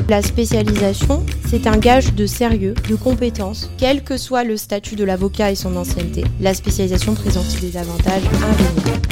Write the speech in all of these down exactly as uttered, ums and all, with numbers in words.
La spécialisation, c'est un gage de sérieux, de compétence, quel que soit le statut de l'avocat et son ancienneté. La spécialisation présente des avantages indéniables.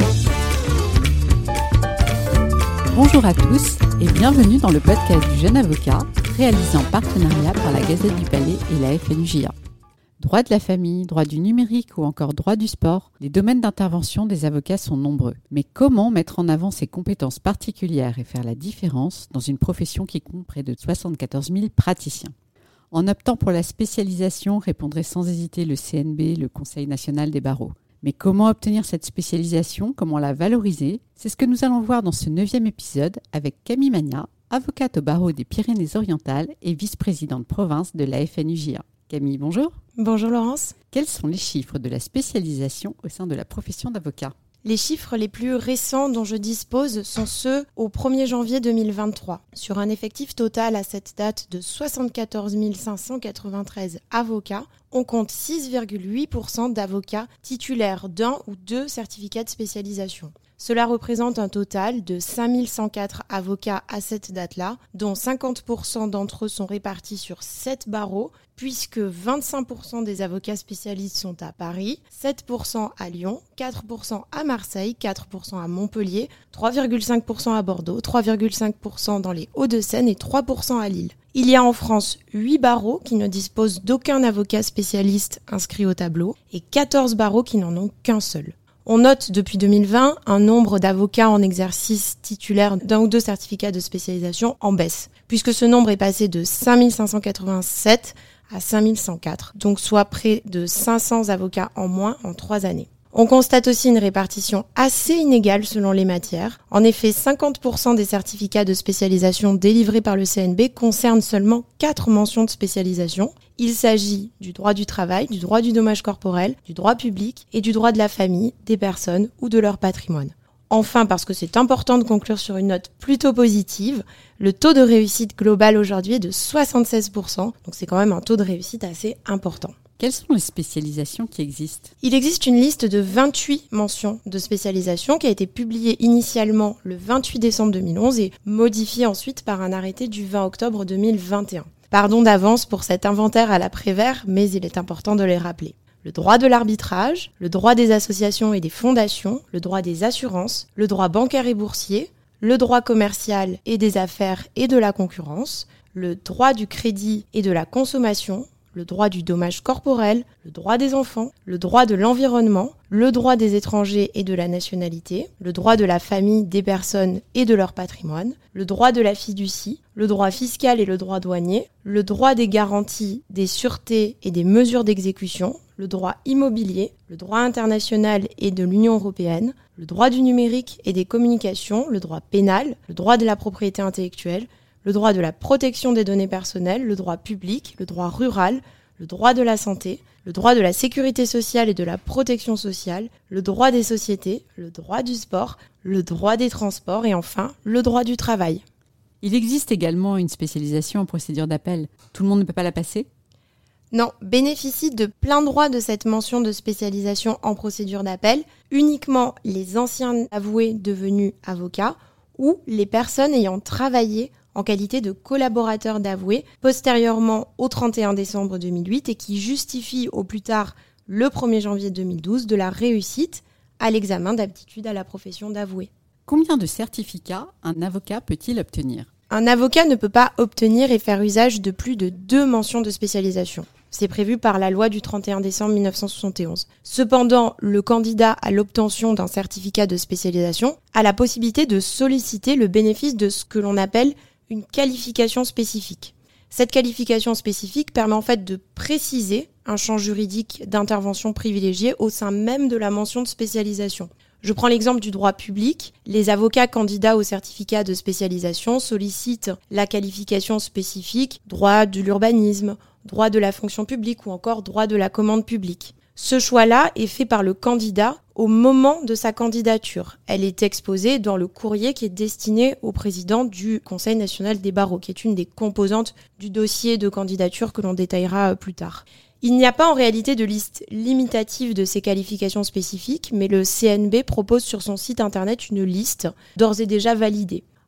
Bonjour à tous et bienvenue dans le podcast du Jeune Avocat, réalisé en partenariat par la Gazette du Palais et la F N J A. Droit de la famille, droit du numérique ou encore droit du sport, les domaines d'intervention des avocats sont nombreux. Mais comment mettre en avant ces compétences particulières et faire la différence dans une profession qui compte près de soixante-quatorze mille praticiens ? En optant pour la spécialisation, répondrait sans hésiter le C N B, le Conseil national des barreaux. Mais comment obtenir cette spécialisation ? Comment la valoriser ? C'est ce que nous allons voir dans ce neuvième épisode avec Camille Magnat, avocate au barreau des Pyrénées-Orientales et vice-présidente province de la F N J A. Camille, bonjour. Bonjour Laurence. Quels sont les chiffres de la spécialisation au sein de la profession d'avocat ? Les chiffres les plus récents dont je dispose sont ceux au premier janvier deux mille vingt-trois. Sur un effectif total à cette date de soixante-quatorze mille cinq cent quatre-vingt-treize avocats, on compte six virgule huit pour cent d'avocats titulaires d'un ou deux certificats de spécialisation. Cela représente un total de cinq mille cent quatre avocats à cette date-là, dont cinquante pour cent d'entre eux sont répartis sur sept barreaux, puisque vingt-cinq pour cent des avocats spécialistes sont à Paris, sept pour cent à Lyon, quatre pour cent à Marseille, quatre pour cent à Montpellier, trois virgule cinq pour cent à Bordeaux, trois virgule cinq pour cent dans les Hauts-de-Seine et trois pour cent à Lille. Il y a en France huit barreaux qui ne disposent d'aucun avocat spécialiste inscrit au tableau et quatorze barreaux qui n'en ont qu'un seul. On note depuis deux mille vingt un nombre d'avocats en exercice titulaires d'un ou deux certificats de spécialisation en baisse, puisque ce nombre est passé de cinq mille cinq cent quatre-vingt-sept à cinq mille cent quatre, donc soit près de cinq cents avocats en moins en trois années. On constate aussi une répartition assez inégale selon les matières. En effet, cinquante pour cent des certificats de spécialisation délivrés par le C N B concernent seulement quatre mentions de spécialisation. Il s'agit du droit du travail, du droit du dommage corporel, du droit public et du droit de la famille, des personnes ou de leur patrimoine. Enfin, parce que c'est important de conclure sur une note plutôt positive, le taux de réussite global aujourd'hui est de soixante-seize pour cent, donc c'est quand même un taux de réussite assez important. Quelles sont les spécialisations qui existent ? Il existe une liste de vingt-huit mentions de spécialisation qui a été publiée initialement le vingt-huit décembre deux mille onze et modifiée ensuite par un arrêté du vingt octobre deux mille vingt et un. Pardon d'avance pour cet inventaire à la Prévert, mais il est important de les rappeler. Le droit de l'arbitrage, le droit des associations et des fondations, le droit des assurances, le droit bancaire et boursier, le droit commercial et des affaires et de la concurrence, le droit du crédit et de la consommation, le droit du dommage corporel, le droit des enfants, le droit de l'environnement, le droit des étrangers et de la nationalité, le droit de la famille, des personnes et de leur patrimoine, le droit de la fiducie, le droit fiscal et le droit douanier, le droit des garanties, des sûretés et des mesures d'exécution, le droit immobilier, le droit international et de l'Union européenne, le droit du numérique et des communications, le droit pénal, le droit de la propriété intellectuelle, le droit de la protection des données personnelles, le droit public, le droit rural, le droit de la santé, le droit de la sécurité sociale et de la protection sociale, le droit des sociétés, le droit du sport, le droit des transports et enfin le droit du travail. Il existe également une spécialisation en procédure d'appel. Tout le monde ne peut pas la passer ? Non, bénéficient de plein droit de cette mention de spécialisation en procédure d'appel uniquement les anciens avoués devenus avocats ou les personnes ayant travaillé en qualité de collaborateur d'avoué postérieurement au trente et un décembre deux mille huit et qui justifie au plus tard le premier janvier deux mille douze de la réussite à l'examen d'aptitude à la profession d'avoué. Combien de certificats un avocat peut-il obtenir ? Un avocat ne peut pas obtenir et faire usage de plus de deux mentions de spécialisation. C'est prévu par la loi du trente et un décembre mille neuf cent soixante et onze. Cependant, le candidat à l'obtention d'un certificat de spécialisation a la possibilité de solliciter le bénéfice de ce que l'on appelle une qualification spécifique. Cette qualification spécifique permet en fait de préciser un champ juridique d'intervention privilégié au sein même de la mention de spécialisation. Je prends l'exemple du droit public. Les avocats candidats au certificat de spécialisation sollicitent la qualification spécifique droit de l'urbanisme, droit de la fonction publique ou encore droit de la commande publique. Ce choix-là est fait par le candidat au moment de sa candidature. Elle est exposée dans le courrier qui est destiné au président du Conseil national des barreaux, qui est une des composantes du dossier de candidature que l'on détaillera plus tard. Il n'y a pas en réalité de liste limitative de ces qualifications spécifiques, mais le C N B propose sur son site internet une liste d'ores et déjà validée.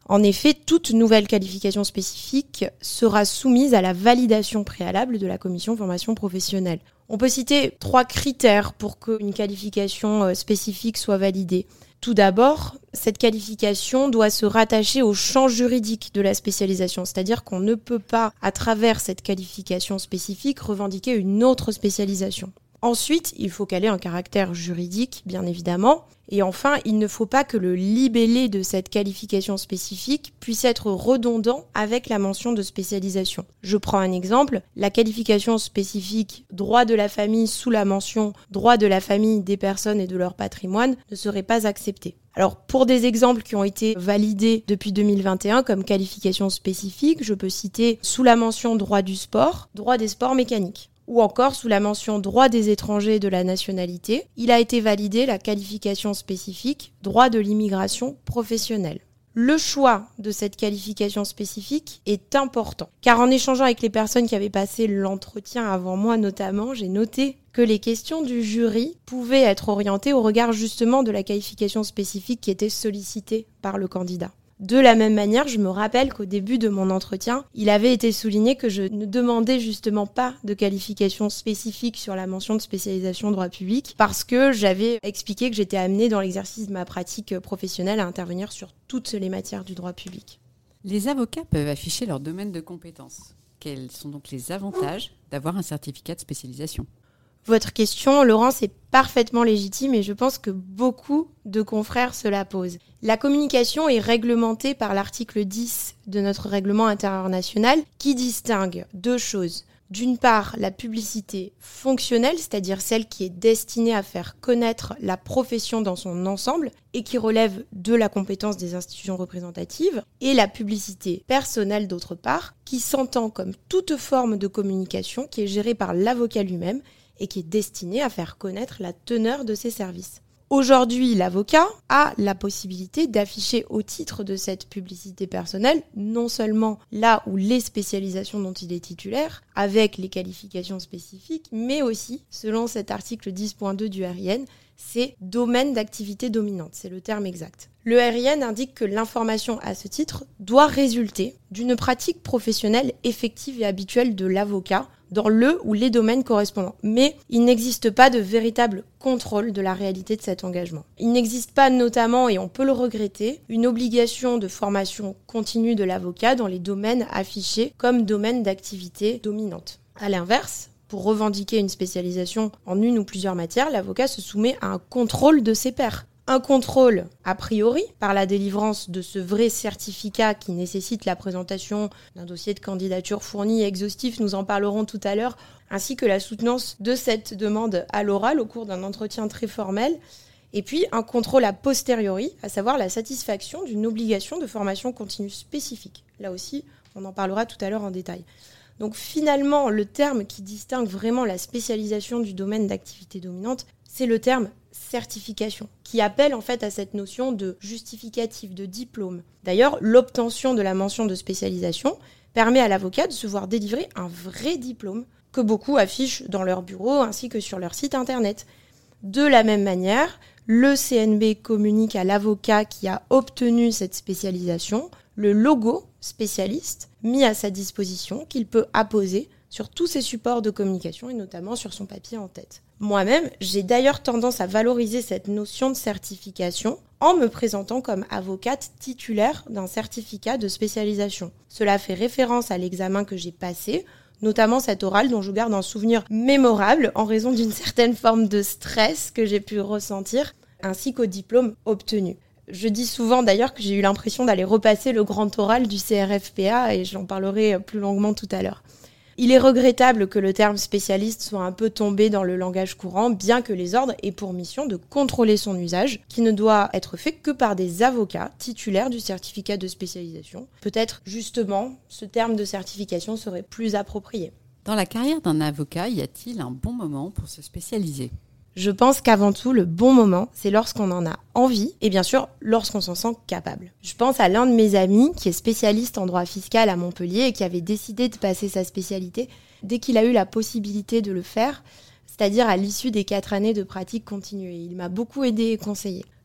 En effet, toute nouvelle qualification spécifique sera soumise à la validation préalable de la commission formation professionnelle. On peut citer trois critères pour qu'une qualification spécifique soit validée. Tout d'abord, cette qualification doit se rattacher au champ juridique de la spécialisation, c'est-à-dire qu'on ne peut pas, à travers cette qualification spécifique, revendiquer une autre spécialisation. Ensuite, il faut qu'elle ait un caractère juridique, bien évidemment. Et enfin, il ne faut pas que le libellé de cette qualification spécifique puisse être redondant avec la mention de spécialisation. Je prends un exemple. La qualification spécifique droit de la famille sous la mention droit de la famille, des personnes et de leur patrimoine ne serait pas acceptée. Alors, pour des exemples qui ont été validés depuis deux mille vingt et un comme qualification spécifique, je peux citer sous la mention droit du sport, droit des sports mécaniques. Ou encore sous la mention droit des étrangers et de la nationalité, il a été validé la qualification spécifique droit de l'immigration professionnelle. Le choix de cette qualification spécifique est important, car en échangeant avec les personnes qui avaient passé l'entretien avant moi notamment, j'ai noté que les questions du jury pouvaient être orientées au regard justement de la qualification spécifique qui était sollicitée par le candidat. De la même manière, je me rappelle qu'au début de mon entretien, il avait été souligné que je ne demandais justement pas de qualification spécifique sur la mention de spécialisation droit public parce que j'avais expliqué que j'étais amenée dans l'exercice de ma pratique professionnelle à intervenir sur toutes les matières du droit public. Les avocats peuvent afficher leur domaine de compétences. Quels sont donc les avantages d'avoir un certificat de spécialisation ? Votre question, Laurence, est parfaitement légitime et je pense que beaucoup de confrères se la posent. La communication est réglementée par l'article dix de notre règlement intérieur national qui distingue deux choses. D'une part, la publicité fonctionnelle, c'est-à-dire celle qui est destinée à faire connaître la profession dans son ensemble et qui relève de la compétence des institutions représentatives, et la publicité personnelle d'autre part, qui s'entend comme toute forme de communication qui est gérée par l'avocat lui-même et qui est destiné à faire connaître la teneur de ses services. Aujourd'hui, l'avocat a la possibilité d'afficher au titre de cette publicité personnelle non seulement là où les spécialisations dont il est titulaire, avec les qualifications spécifiques, mais aussi, selon cet article dix point deux du R I N, c'est domaine d'activité dominante, c'est le terme exact. Le R I N indique que l'information à ce titre doit résulter d'une pratique professionnelle effective et habituelle de l'avocat dans le ou les domaines correspondants. Mais il n'existe pas de véritable contrôle de la réalité de cet engagement. Il n'existe pas notamment, et on peut le regretter, une obligation de formation continue de l'avocat dans les domaines affichés comme domaines d'activité dominante. À l'inverse, pour revendiquer une spécialisation en une ou plusieurs matières, l'avocat se soumet à un contrôle de ses pairs. Un contrôle, a priori, par la délivrance de ce vrai certificat qui nécessite la présentation d'un dossier de candidature fourni et exhaustif, nous en parlerons tout à l'heure, ainsi que la soutenance de cette demande à l'oral au cours d'un entretien très formel. Et puis un contrôle a posteriori, à savoir la satisfaction d'une obligation de formation continue spécifique. Là aussi, on en parlera tout à l'heure en détail. Donc finalement, le terme qui distingue vraiment la spécialisation du domaine d'activité dominante, c'est le terme certification, qui appelle en fait à cette notion de justificatif, de diplôme. D'ailleurs, l'obtention de la mention de spécialisation permet à l'avocat de se voir délivrer un vrai diplôme que beaucoup affichent dans leur bureau ainsi que sur leur site internet. De la même manière, le C N B communique à l'avocat qui a obtenu cette spécialisation le logo spécialiste mis à sa disposition qu'il peut apposer sur tous ses supports de communication et notamment sur son papier en tête. Moi-même, j'ai d'ailleurs tendance à valoriser cette notion de certification en me présentant comme avocate titulaire d'un certificat de spécialisation. Cela fait référence à l'examen que j'ai passé, notamment cet oral dont je garde un souvenir mémorable en raison d'une certaine forme de stress que j'ai pu ressentir, ainsi qu'au diplôme obtenu. Je dis souvent d'ailleurs que j'ai eu l'impression d'aller repasser le grand oral du C R F P A et j'en parlerai plus longuement tout à l'heure. Il est regrettable que le terme spécialiste soit un peu tombé dans le langage courant, bien que les ordres aient pour mission de contrôler son usage, qui ne doit être fait que par des avocats titulaires du certificat de spécialisation. Peut-être, justement, ce terme de certification serait plus approprié. Dans la carrière d'un avocat, y a-t-il un bon moment pour se spécialiser ? Je pense qu'avant tout, le bon moment, c'est lorsqu'on en a envie et bien sûr, lorsqu'on s'en sent capable. Je pense à l'un de mes amis qui est spécialiste en droit fiscal à Montpellier et qui avait décidé de passer sa spécialité dès qu'il a eu la possibilité de le faire, c'est-à-dire à l'issue des quatre années de pratique continue. Et il m'a beaucoup aidé et conseillé.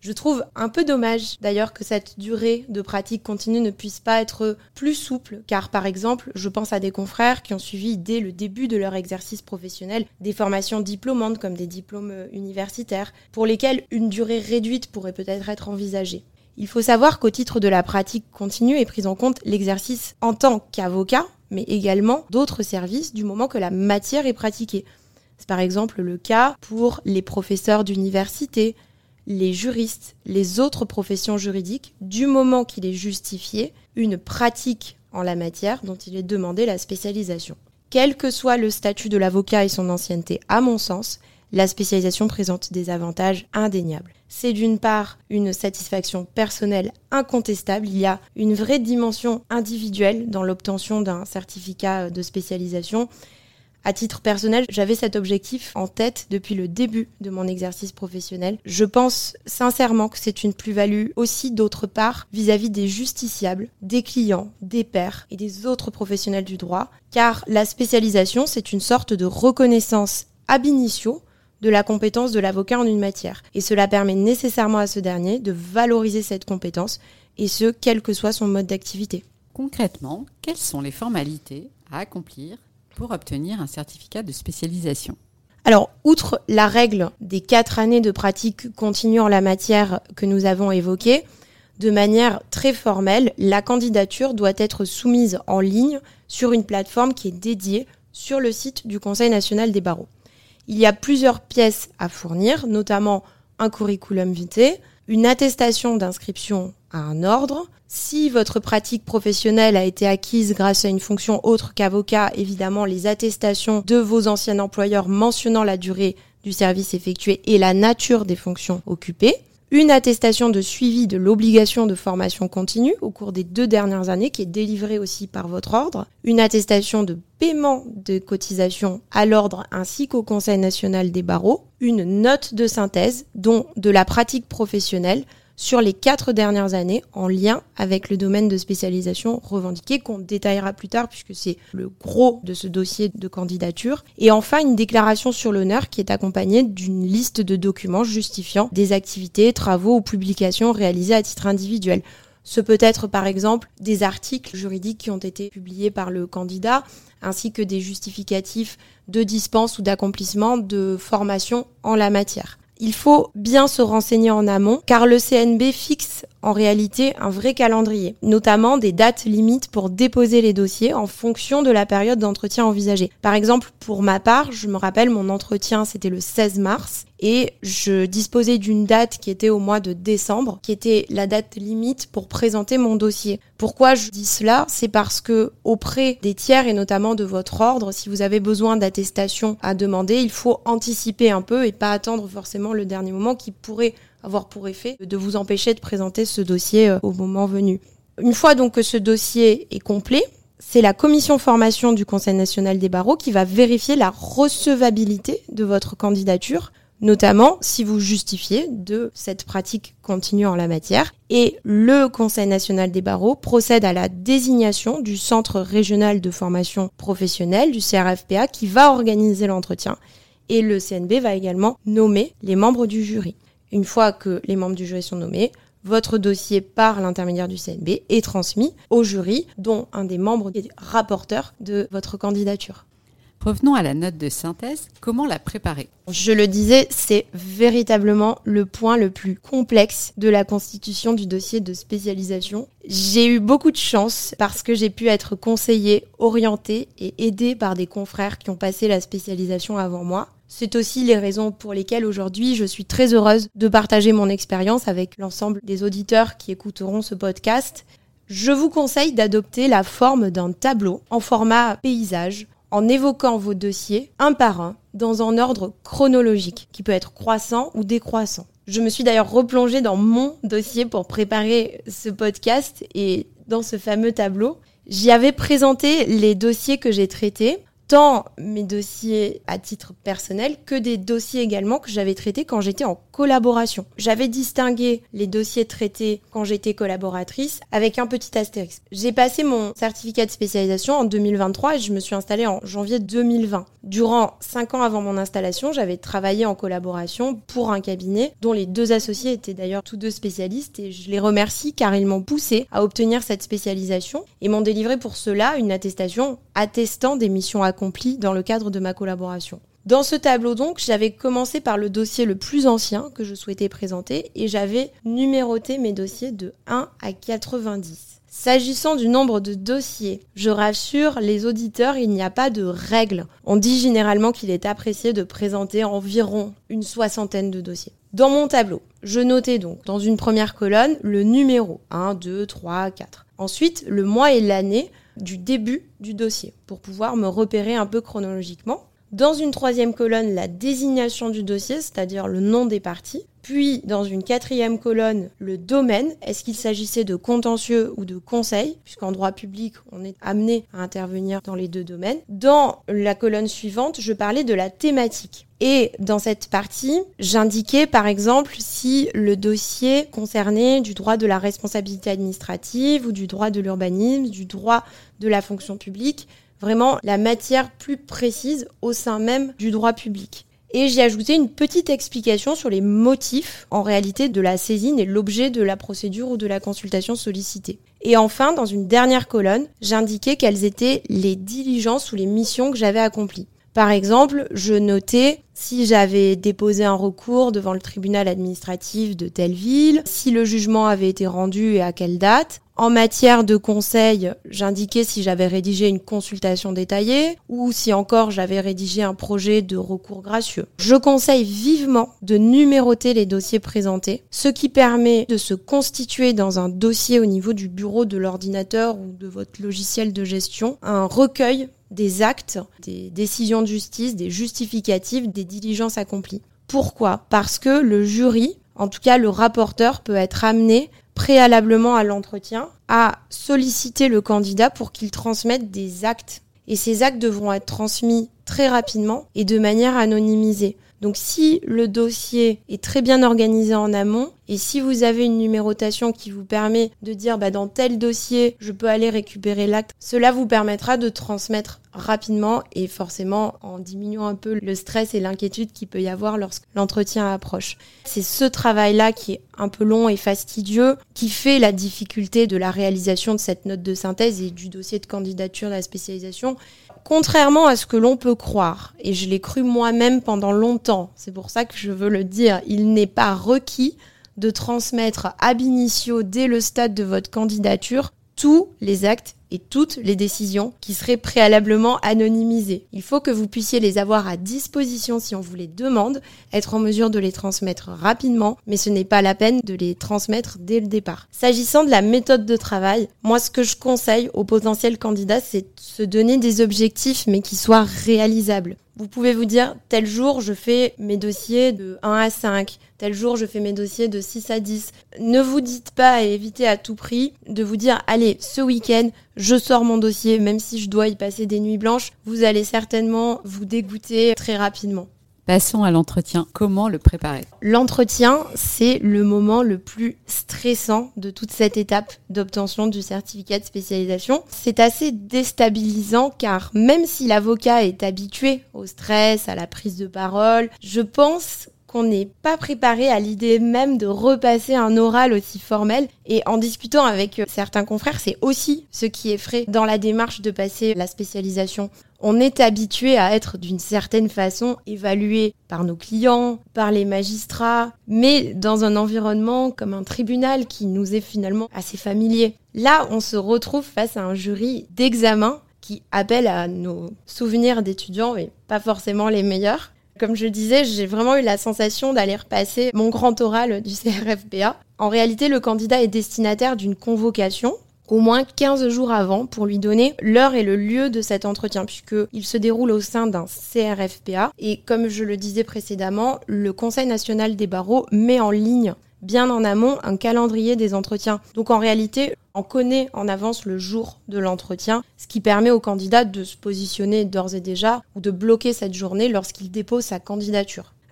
Je trouve un peu dommage d'ailleurs que cette durée de pratique continue ne puisse pas être plus souple, car par exemple, je pense à des confrères qui ont suivi dès le début de leur exercice professionnel des formations diplômantes comme des diplômes universitaires, pour lesquels une durée réduite pourrait peut-être être envisagée. Il faut savoir qu'au titre de la pratique continue est pris en compte l'exercice en tant qu'avocat, mais également d'autres services du moment que la matière est pratiquée. C'est par exemple le cas pour les professeurs d'université, les juristes, les autres professions juridiques, du moment qu'il est justifié une pratique en la matière dont il est demandé la spécialisation. Quel que soit le statut de l'avocat et son ancienneté, à mon sens, la spécialisation présente des avantages indéniables. C'est d'une part une satisfaction personnelle incontestable, il y a une vraie dimension individuelle dans l'obtention d'un certificat de spécialisation. À titre personnel, j'avais cet objectif en tête depuis le début de mon exercice professionnel. Je pense sincèrement que c'est une plus-value aussi d'autre part vis-à-vis des justiciables, des clients, des pairs et des autres professionnels du droit, car la spécialisation, c'est une sorte de reconnaissance ab initio de la compétence de l'avocat en une matière. Et cela permet nécessairement à ce dernier de valoriser cette compétence, et ce, quel que soit son mode d'activité. Concrètement, quelles sont les formalités à accomplir pour obtenir un certificat de spécialisation? Alors, outre la règle des quatre années de pratique continue en la matière que nous avons évoquée, de manière très formelle, la candidature doit être soumise en ligne sur une plateforme qui est dédiée sur le site du Conseil national des barreaux. Il y a plusieurs pièces à fournir, notamment un curriculum vitae, une attestation d'inscription à un ordre. Si votre pratique professionnelle a été acquise grâce à une fonction autre qu'avocat, évidemment, les attestations de vos anciens employeurs mentionnant la durée du service effectué et la nature des fonctions occupées. Une attestation de suivi de l'obligation de formation continue au cours des deux dernières années qui est délivrée aussi par votre ordre. Une attestation de paiement de cotisation à l'ordre ainsi qu'au Conseil national des barreaux. Une note de synthèse, dont de la pratique professionnelle, sur les quatre dernières années en lien avec le domaine de spécialisation revendiqué qu'on détaillera plus tard puisque c'est le gros de ce dossier de candidature. Et enfin, une déclaration sur l'honneur qui est accompagnée d'une liste de documents justifiant des activités, travaux ou publications réalisées à titre individuel. Ce peut être par exemple des articles juridiques qui ont été publiés par le candidat ainsi que des justificatifs de dispense ou d'accomplissement de formation en la matière. Il faut bien se renseigner en amont car le C N B fixe en réalité un vrai calendrier, notamment des dates limites pour déposer les dossiers en fonction de la période d'entretien envisagée. Par exemple, pour ma part, je me rappelle mon entretien c'était le seize mars et je disposais d'une date qui était au mois de décembre, qui était la date limite pour présenter mon dossier. Pourquoi je dis cela ? C'est parce que auprès des tiers et notamment de votre ordre, si vous avez besoin d'attestation à demander, il faut anticiper un peu et pas attendre forcément le dernier moment qui pourrait avoir pour effet de vous empêcher de présenter ce dossier au moment venu. Une fois donc que ce dossier est complet, c'est la commission formation du Conseil national des barreaux qui va vérifier la recevabilité de votre candidature, notamment si vous justifiez de cette pratique continue en la matière. Et le Conseil national des barreaux procède à la désignation du Centre régional de formation professionnelle, du C R F P A, qui va organiser l'entretien. Et le C N B va également nommer les membres du jury. Une fois que les membres du jury sont nommés, votre dossier par l'intermédiaire du C N B est transmis au jury, dont un des membres est rapporteur de votre candidature. Revenons à la note de synthèse. Comment la préparer ? Je le disais, c'est véritablement le point le plus complexe de la constitution du dossier de spécialisation. J'ai eu beaucoup de chance parce que j'ai pu être conseillée, orientée et aidée par des confrères qui ont passé la spécialisation avant moi. C'est aussi les raisons pour lesquelles aujourd'hui je suis très heureuse de partager mon expérience avec l'ensemble des auditeurs qui écouteront ce podcast. Je vous conseille d'adopter la forme d'un tableau en format paysage, en évoquant vos dossiers un par un dans un ordre chronologique qui peut être croissant ou décroissant. Je me suis d'ailleurs replongée dans mon dossier pour préparer ce podcast et dans ce fameux tableau, j'y avais présenté les dossiers que j'ai traités, tant mes dossiers à titre personnel que des dossiers également que j'avais traités quand j'étais en collaboration. J'avais distingué les dossiers traités quand j'étais collaboratrice avec un petit astérix. J'ai passé mon certificat de spécialisation en deux mille vingt-trois et je me suis installée en janvier deux mille vingt. Durant cinq ans avant mon installation, j'avais travaillé en collaboration pour un cabinet dont les deux associés étaient d'ailleurs tous deux spécialistes et je les remercie car ils m'ont poussé à obtenir cette spécialisation et m'ont délivré pour cela une attestation attestant des missions accomplies dans le cadre de ma collaboration. Dans ce tableau donc, j'avais commencé par le dossier le plus ancien que je souhaitais présenter et j'avais numéroté mes dossiers de un à quatre-vingt-dix. S'agissant du nombre de dossiers, je rassure les auditeurs, il n'y a pas de règle. On dit généralement qu'il est apprécié de présenter environ une soixantaine de dossiers. Dans mon tableau, je notais donc dans une première colonne le numéro un, deux, trois, quatre. Ensuite, le mois et l'année du début du dossier pour pouvoir me repérer un peu chronologiquement. Dans une troisième colonne, la désignation du dossier, c'est-à-dire le nom des parties. Puis, dans une quatrième colonne, le domaine. Est-ce qu'il s'agissait de contentieux ou de conseil? Puisqu'en droit public, on est amené à intervenir dans les deux domaines. Dans la colonne suivante, je parlais de la thématique. Et dans cette partie, j'indiquais par exemple si le dossier concernait du droit de la responsabilité administrative ou du droit de l'urbanisme, du droit de la fonction publique, vraiment la matière plus précise au sein même du droit public. Et j'ai ajouté une petite explication sur les motifs, en réalité, de la saisine et l'objet de la procédure ou de la consultation sollicitée. Et enfin, dans une dernière colonne, j'indiquais quelles étaient les diligences ou les missions que j'avais accomplies. Par exemple, je notais si j'avais déposé un recours devant le tribunal administratif de telle ville, si le jugement avait été rendu et à quelle date. En matière de conseil, j'indiquais si j'avais rédigé une consultation détaillée ou si encore j'avais rédigé un projet de recours gracieux. Je conseille vivement de numéroter les dossiers présentés, ce qui permet de se constituer dans un dossier au niveau du bureau de l'ordinateur ou de votre logiciel de gestion, un recueil des actes, des décisions de justice, des justificatifs, des diligences accomplies. Pourquoi ? Parce que le jury, en tout cas le rapporteur, peut être amené préalablement à l'entretien à solliciter le candidat pour qu'il transmette des actes. Et ces actes devront être transmis très rapidement et de manière anonymisée. Donc si le dossier est très bien organisé en amont et si vous avez une numérotation qui vous permet de dire bah, dans tel dossier je peux aller récupérer l'acte, cela vous permettra de transmettre rapidement et forcément en diminuant un peu le stress et l'inquiétude qu'il peut y avoir lorsque l'entretien approche. C'est ce travail-là qui est un peu long et fastidieux qui fait la difficulté de la réalisation de cette note de synthèse et du dossier de candidature de la spécialisation. Contrairement à ce que l'on peut croire, et je l'ai cru moi-même pendant longtemps, c'est pour ça que je veux le dire, il n'est pas requis de transmettre ab initio dès le stade de votre candidature tous les actes et toutes les décisions qui seraient préalablement anonymisées. Il faut que vous puissiez les avoir à disposition si on vous les demande, être en mesure de les transmettre rapidement, mais ce n'est pas la peine de les transmettre dès le départ. S'agissant de la méthode de travail, moi ce que je conseille aux potentiels candidats, c'est de se donner des objectifs mais qui soient réalisables. Vous pouvez vous dire, tel jour, je fais mes dossiers de un à cinq, tel jour, je fais mes dossiers de six à dix. Ne vous dites pas et évitez à tout prix de vous dire, allez, ce week-end, je sors mon dossier, même si je dois y passer des nuits blanches, vous allez certainement vous dégoûter très rapidement. Passons à l'entretien. Comment le préparer ? L'entretien, c'est le moment le plus stressant de toute cette étape d'obtention du certificat de spécialisation. C'est assez déstabilisant car même si l'avocat est habitué au stress, à la prise de parole, je pense qu'on n'est pas préparé à l'idée même de repasser un oral aussi formel. Et en discutant avec certains confrères, c'est aussi ce qui effraie dans la démarche de passer la spécialisation. On est habitué à être d'une certaine façon évalué par nos clients, par les magistrats, mais dans un environnement comme un tribunal qui nous est finalement assez familier. Là, on se retrouve face à un jury d'examen qui appelle à nos souvenirs d'étudiants, mais pas forcément les meilleurs. Comme je disais, j'ai vraiment eu la sensation d'aller repasser mon grand oral du C R F P A. En réalité, le candidat est destinataire d'une convocation au moins quinze jours avant pour lui donner l'heure et le lieu de cet entretien puisqu'il se déroule au sein d'un C R F P A. Et comme je le disais précédemment, le Conseil national des barreaux met en ligne bien en amont un calendrier des entretiens. Donc en réalité, on connaît en avance le jour de l'entretien, ce qui permet au candidat de se positionner d'ores et déjà ou de bloquer cette journée lorsqu'il dépose sa candidature.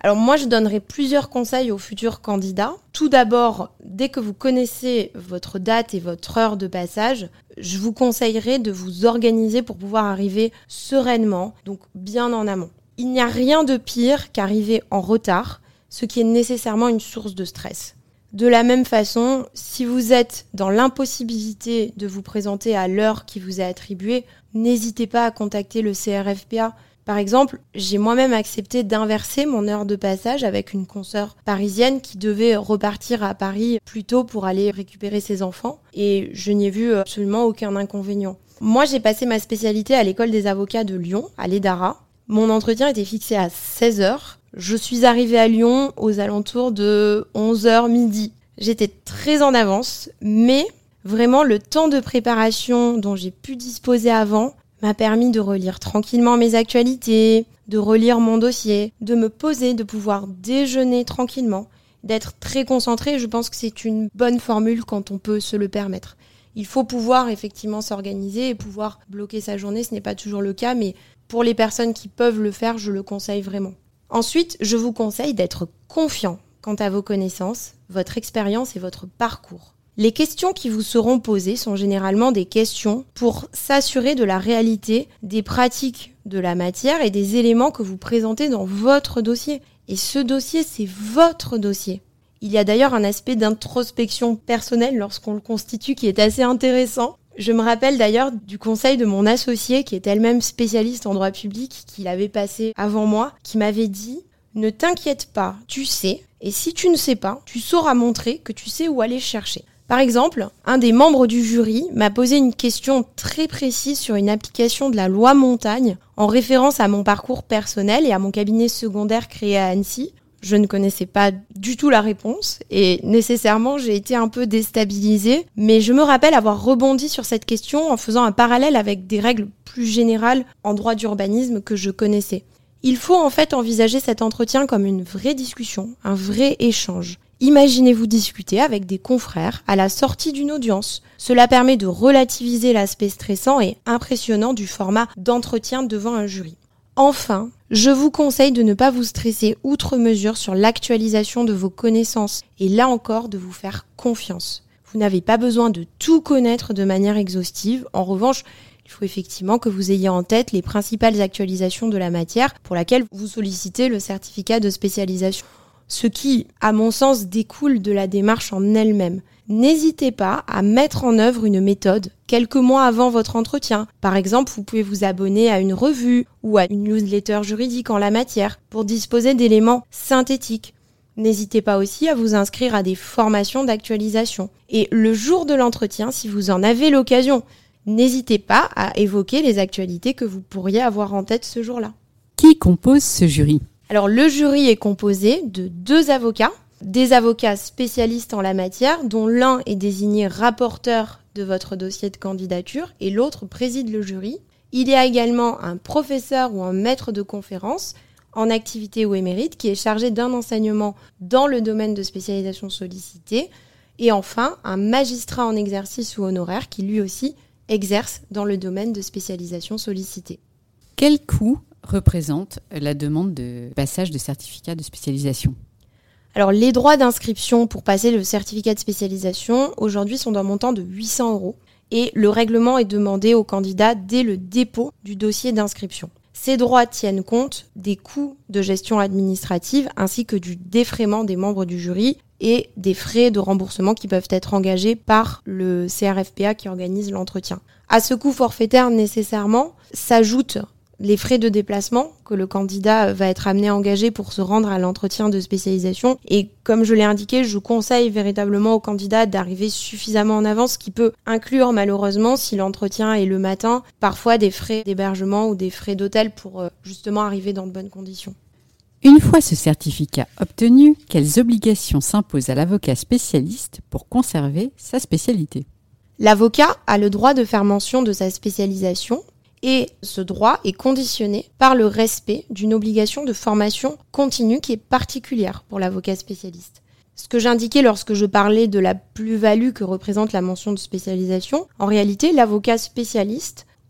Alors moi, je donnerai plusieurs conseils aux futurs candidats. Tout d'abord, dès que vous connaissez votre date et votre heure de passage, je vous conseillerais de vous organiser pour pouvoir arriver sereinement, donc bien en amont. Il n'y a rien de pire qu'arriver en retard, ce qui est nécessairement une source de stress. De la même façon, si vous êtes dans l'impossibilité de vous présenter à l'heure qui vous est attribuée, n'hésitez pas à contacter le C R F P A. Par exemple, j'ai moi-même accepté d'inverser mon heure de passage avec une consoeur parisienne qui devait repartir à Paris plus tôt pour aller récupérer ses enfants et je n'y ai vu absolument aucun inconvénient. Moi, j'ai passé ma spécialité à l'école des avocats de Lyon, à l'E D A R A. Mon entretien était fixé à seize heures. Je suis arrivée à Lyon aux alentours de onze heures midi. J'étais très en avance, mais vraiment le temps de préparation dont j'ai pu disposer avant m'a permis de relire tranquillement mes actualités, de relire mon dossier, de me poser, de pouvoir déjeuner tranquillement, d'être très concentrée. Je pense que c'est une bonne formule quand on peut se le permettre. Il faut pouvoir effectivement s'organiser et pouvoir bloquer sa journée. Ce n'est pas toujours le cas, mais pour les personnes qui peuvent le faire, je le conseille vraiment. Ensuite, je vous conseille d'être confiant quant à vos connaissances, votre expérience et votre parcours. Les questions qui vous seront posées sont généralement des questions pour s'assurer de la réalité des pratiques de la matière et des éléments que vous présentez dans votre dossier. Et ce dossier, c'est votre dossier. Il y a d'ailleurs un aspect d'introspection personnelle lorsqu'on le constitue qui est assez intéressant. Je me rappelle d'ailleurs du conseil de mon associée qui est elle-même spécialiste en droit public, qui l'avait passé avant moi, qui m'avait dit « Ne t'inquiète pas, tu sais, et si tu ne sais pas, tu sauras montrer que tu sais où aller chercher ». Par exemple, un des membres du jury m'a posé une question très précise sur une application de la loi Montagne en référence à mon parcours personnel et à mon cabinet secondaire créé à Annecy. Je ne connaissais pas du tout la réponse et nécessairement j'ai été un peu déstabilisée, mais je me rappelle avoir rebondi sur cette question en faisant un parallèle avec des règles plus générales en droit d'urbanisme que je connaissais. Il faut en fait envisager cet entretien comme une vraie discussion, un vrai échange. Imaginez-vous discuter avec des confrères à la sortie d'une audience. Cela permet de relativiser l'aspect stressant et impressionnant du format d'entretien devant un jury. Enfin, je vous conseille de ne pas vous stresser outre mesure sur l'actualisation de vos connaissances et là encore de vous faire confiance. Vous n'avez pas besoin de tout connaître de manière exhaustive. En revanche, il faut effectivement que vous ayez en tête les principales actualisations de la matière pour laquelle vous sollicitez le certificat de spécialisation. Ce qui, à mon sens, découle de la démarche en elle-même. N'hésitez pas à mettre en œuvre une méthode quelques mois avant votre entretien. Par exemple, vous pouvez vous abonner à une revue ou à une newsletter juridique en la matière pour disposer d'éléments synthétiques. N'hésitez pas aussi à vous inscrire à des formations d'actualisation. Et le jour de l'entretien, si vous en avez l'occasion, n'hésitez pas à évoquer les actualités que vous pourriez avoir en tête ce jour-là. Qui compose ce jury ? Alors, le jury est composé de deux avocats, des avocats spécialistes en la matière, dont l'un est désigné rapporteur de votre dossier de candidature et l'autre préside le jury. Il y a également un professeur ou un maître de conférence en activité ou émérite qui est chargé d'un enseignement dans le domaine de spécialisation sollicité. Et enfin, un magistrat en exercice ou honoraire qui lui aussi exerce dans le domaine de spécialisation sollicité. Quel coût représente la demande de passage de certificat de spécialisation ? Alors, les droits d'inscription pour passer le certificat de spécialisation, aujourd'hui, sont d'un montant de huit cents euros et le règlement est demandé aux candidats dès le dépôt du dossier d'inscription. Ces droits tiennent compte des coûts de gestion administrative ainsi que du défraiement des membres du jury et des frais de remboursement qui peuvent être engagés par le C R F P A qui organise l'entretien. À ce coût forfaitaire, nécessairement, s'ajoutent les frais de déplacement que le candidat va être amené à engager pour se rendre à l'entretien de spécialisation. Et comme je l'ai indiqué, je conseille véritablement au candidat d'arriver suffisamment en avance, ce qui peut inclure malheureusement, si l'entretien est le matin, parfois des frais d'hébergement ou des frais d'hôtel pour euh, justement arriver dans de bonnes conditions. Une fois ce certificat obtenu, quelles obligations s'imposent à l'avocat spécialiste pour conserver sa spécialité ? L'avocat a le droit de faire mention de sa spécialisation. Et ce droit est conditionné par le respect d'une obligation de formation continue qui est particulière pour l'avocat spécialiste. Ce que j'indiquais lorsque je parlais de la plus-value que représente la mention de spécialisation, en réalité, l'avocat spécialiste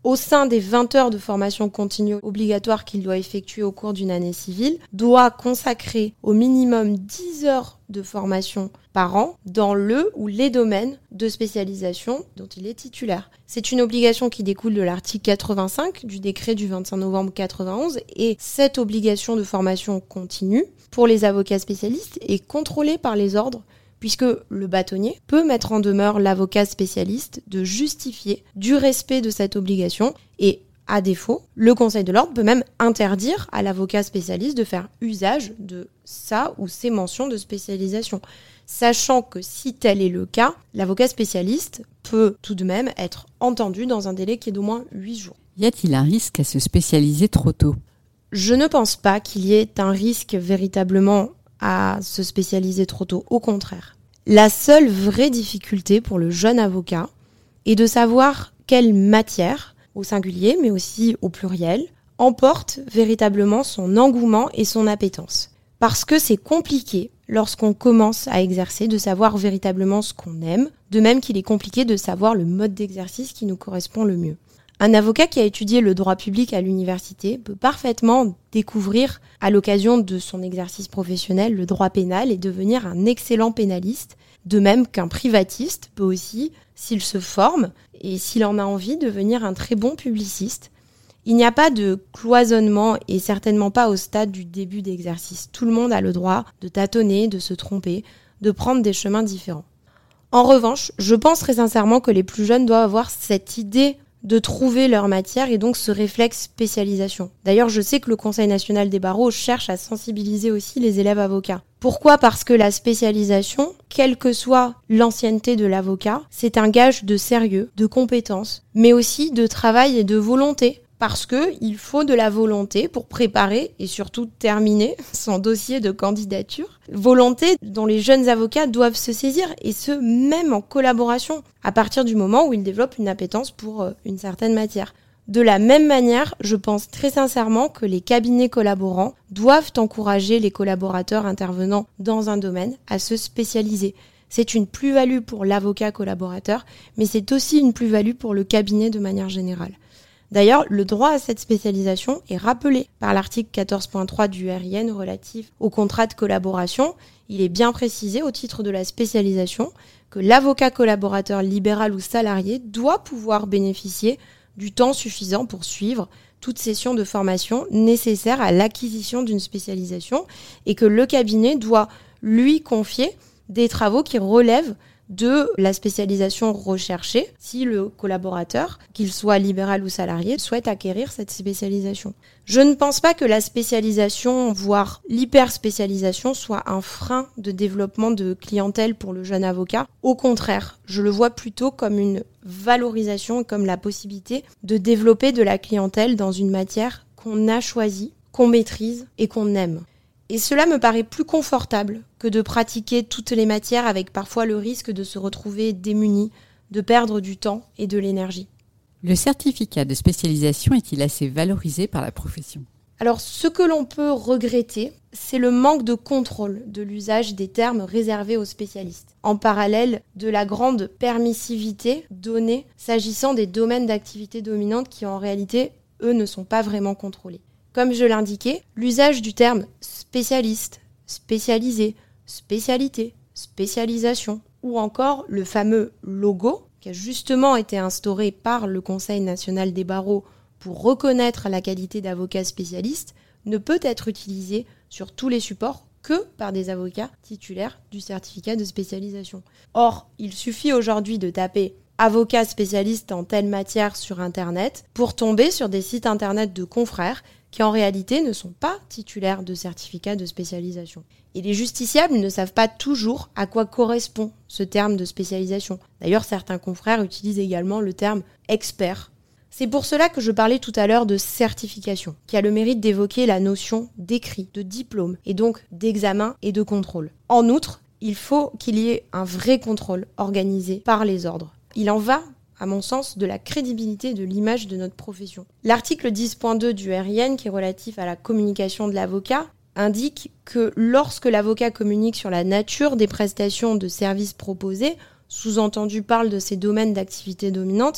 au sein des vingt heures de formation continue obligatoire qu'il doit effectuer au cours d'une année civile, doit consacrer au minimum dix heures de formation par an dans le ou les domaines de spécialisation dont il est titulaire. C'est une obligation qui découle de l'article quatre-vingt-cinq du décret du vingt-cinq novembre quatre-vingt-onze et cette obligation de formation continue pour les avocats spécialistes est contrôlée par les ordres puisque le bâtonnier peut mettre en demeure l'avocat spécialiste de justifier du respect de cette obligation et, à défaut, le Conseil de l'ordre peut même interdire à l'avocat spécialiste de faire usage de sa ou ses mentions de spécialisation, sachant que si tel est le cas, l'avocat spécialiste peut tout de même être entendu dans un délai qui est d'au moins huit jours. Y a-t-il un risque à se spécialiser trop tôt ? Je ne pense pas qu'il y ait un risque véritablement à se spécialiser trop tôt, au contraire. La seule vraie difficulté pour le jeune avocat est de savoir quelle matière, au singulier mais aussi au pluriel, emporte véritablement son engouement et son appétence. Parce que c'est compliqué, lorsqu'on commence à exercer, de savoir véritablement ce qu'on aime, de même qu'il est compliqué de savoir le mode d'exercice qui nous correspond le mieux. Un avocat qui a étudié le droit public à l'université peut parfaitement découvrir, à l'occasion de son exercice professionnel, le droit pénal et devenir un excellent pénaliste, de même qu'un privatiste peut aussi, s'il se forme et s'il en a envie, devenir un très bon publiciste. Il n'y a pas de cloisonnement et certainement pas au stade du début d'exercice. Tout le monde a le droit de tâtonner, de se tromper, de prendre des chemins différents. En revanche, je pense très sincèrement que les plus jeunes doivent avoir cette idée de trouver leur matière et donc ce réflexe spécialisation. D'ailleurs, je sais que le Conseil national des barreaux cherche à sensibiliser aussi les élèves avocats. Pourquoi ? Parce que la spécialisation, quelle que soit l'ancienneté de l'avocat, c'est un gage de sérieux, de compétence, mais aussi de travail et de volonté. Parce qu'il faut de la volonté pour préparer et surtout terminer son dossier de candidature. Volonté dont les jeunes avocats doivent se saisir, et ce, même en collaboration, à partir du moment où ils développent une appétence pour une certaine matière. De la même manière, je pense très sincèrement que les cabinets collaborants doivent encourager les collaborateurs intervenant dans un domaine à se spécialiser. C'est une plus-value pour l'avocat collaborateur, mais c'est aussi une plus-value pour le cabinet de manière générale. D'ailleurs, le droit à cette spécialisation est rappelé par l'article quatorze point trois du R I N relatif au contrat de collaboration. Il est bien précisé au titre de la spécialisation que l'avocat collaborateur libéral ou salarié doit pouvoir bénéficier du temps suffisant pour suivre toute session de formation nécessaire à l'acquisition d'une spécialisation et que le cabinet doit lui confier des travaux qui relèvent de la spécialisation recherchée si le collaborateur, qu'il soit libéral ou salarié, souhaite acquérir cette spécialisation. Je ne pense pas que la spécialisation, voire l'hyperspécialisation, soit un frein de développement de clientèle pour le jeune avocat. Au contraire, je le vois plutôt comme une valorisation et comme la possibilité de développer de la clientèle dans une matière qu'on a choisie, qu'on maîtrise et qu'on aime. Et cela me paraît plus confortable que de pratiquer toutes les matières avec parfois le risque de se retrouver démuni, de perdre du temps et de l'énergie. Le certificat de spécialisation est-il assez valorisé par la profession ? Alors, ce que l'on peut regretter, c'est le manque de contrôle de l'usage des termes réservés aux spécialistes, en parallèle de la grande permissivité donnée s'agissant des domaines d'activité dominante qui, en réalité, eux, ne sont pas vraiment contrôlés. Comme je l'indiquais, l'usage du terme spécialiste, spécialisé, spécialité, spécialisation, ou encore le fameux logo qui a justement été instauré par le Conseil national des barreaux pour reconnaître la qualité d'avocat spécialiste, ne peut être utilisé sur tous les supports que par des avocats titulaires du certificat de spécialisation. Or, il suffit aujourd'hui de taper avocat spécialiste en telle matière sur Internet pour tomber sur des sites Internet de confrères qui en réalité ne sont pas titulaires de certificat de spécialisation. Et les justiciables ne savent pas toujours à quoi correspond ce terme de spécialisation. D'ailleurs, certains confrères utilisent également le terme expert. C'est pour cela que je parlais tout à l'heure de certification, qui a le mérite d'évoquer la notion d'écrit, de diplôme, et donc d'examen et de contrôle. En outre, il faut qu'il y ait un vrai contrôle organisé par les ordres. Il en va, à mon sens, de la crédibilité et de l'image de notre profession. L'article dix point deux du R I N, qui est relatif à la communication de l'avocat, indique que lorsque l'avocat communique sur la nature des prestations de services proposées, sous-entendu parle de ses domaines d'activité dominante,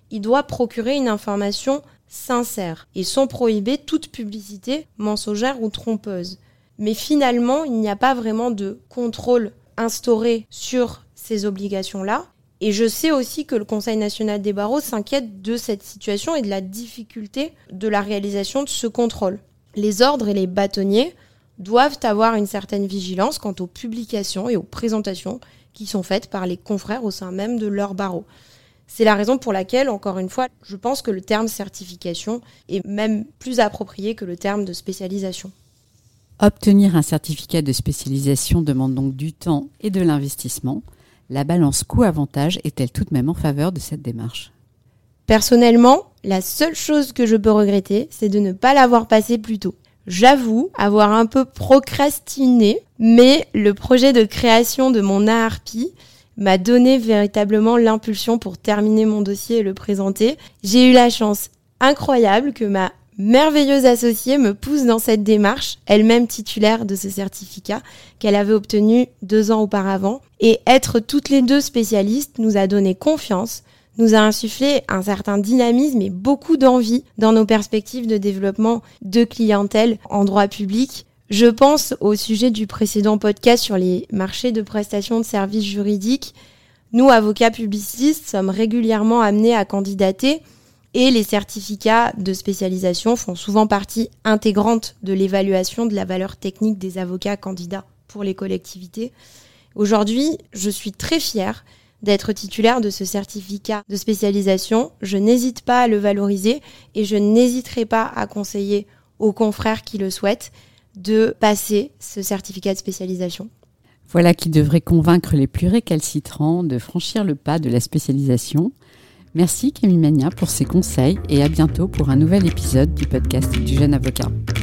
il doit procurer une information sincère et sans prohiber toute publicité mensongère ou trompeuse. Mais finalement, il n'y a pas vraiment de contrôle instauré sur ces obligations-là. Et je sais aussi que le Conseil national des barreaux s'inquiète de cette situation et de la difficulté de la réalisation de ce contrôle. Les ordres et les bâtonniers doivent avoir une certaine vigilance quant aux publications et aux présentations qui sont faites par les confrères au sein même de leur barreau. C'est la raison pour laquelle, encore une fois, je pense que le terme certification est même plus approprié que le terme de spécialisation. Obtenir un certificat de spécialisation demande donc du temps et de l'investissement. La balance coût-avantage est-elle tout de même en faveur de cette démarche ? Personnellement, la seule chose que je peux regretter, c'est de ne pas l'avoir passé plus tôt. J'avoue avoir un peu procrastiné, mais le projet de création de mon A R P I m'a donné véritablement l'impulsion pour terminer mon dossier et le présenter. J'ai eu la chance incroyable que ma merveilleuse associée me pousse dans cette démarche, elle-même titulaire de ce certificat qu'elle avait obtenu deux ans auparavant. Et être toutes les deux spécialistes nous a donné confiance, nous a insufflé un certain dynamisme et beaucoup d'envie dans nos perspectives de développement de clientèle en droit public. Je pense au sujet du précédent podcast sur les marchés de prestations de services juridiques. Nous, avocats publicistes, sommes régulièrement amenés à candidater et les certificats de spécialisation font souvent partie intégrante de l'évaluation de la valeur technique des avocats candidats pour les collectivités. Aujourd'hui, je suis très fière d'être titulaire de ce certificat de spécialisation. Je n'hésite pas à le valoriser et je n'hésiterai pas à conseiller aux confrères qui le souhaitent de passer ce certificat de spécialisation. Voilà qui devrait convaincre les plus récalcitrants de franchir le pas de la spécialisation. Merci Camille Magna pour ces conseils et à bientôt pour un nouvel épisode du podcast du jeune avocat.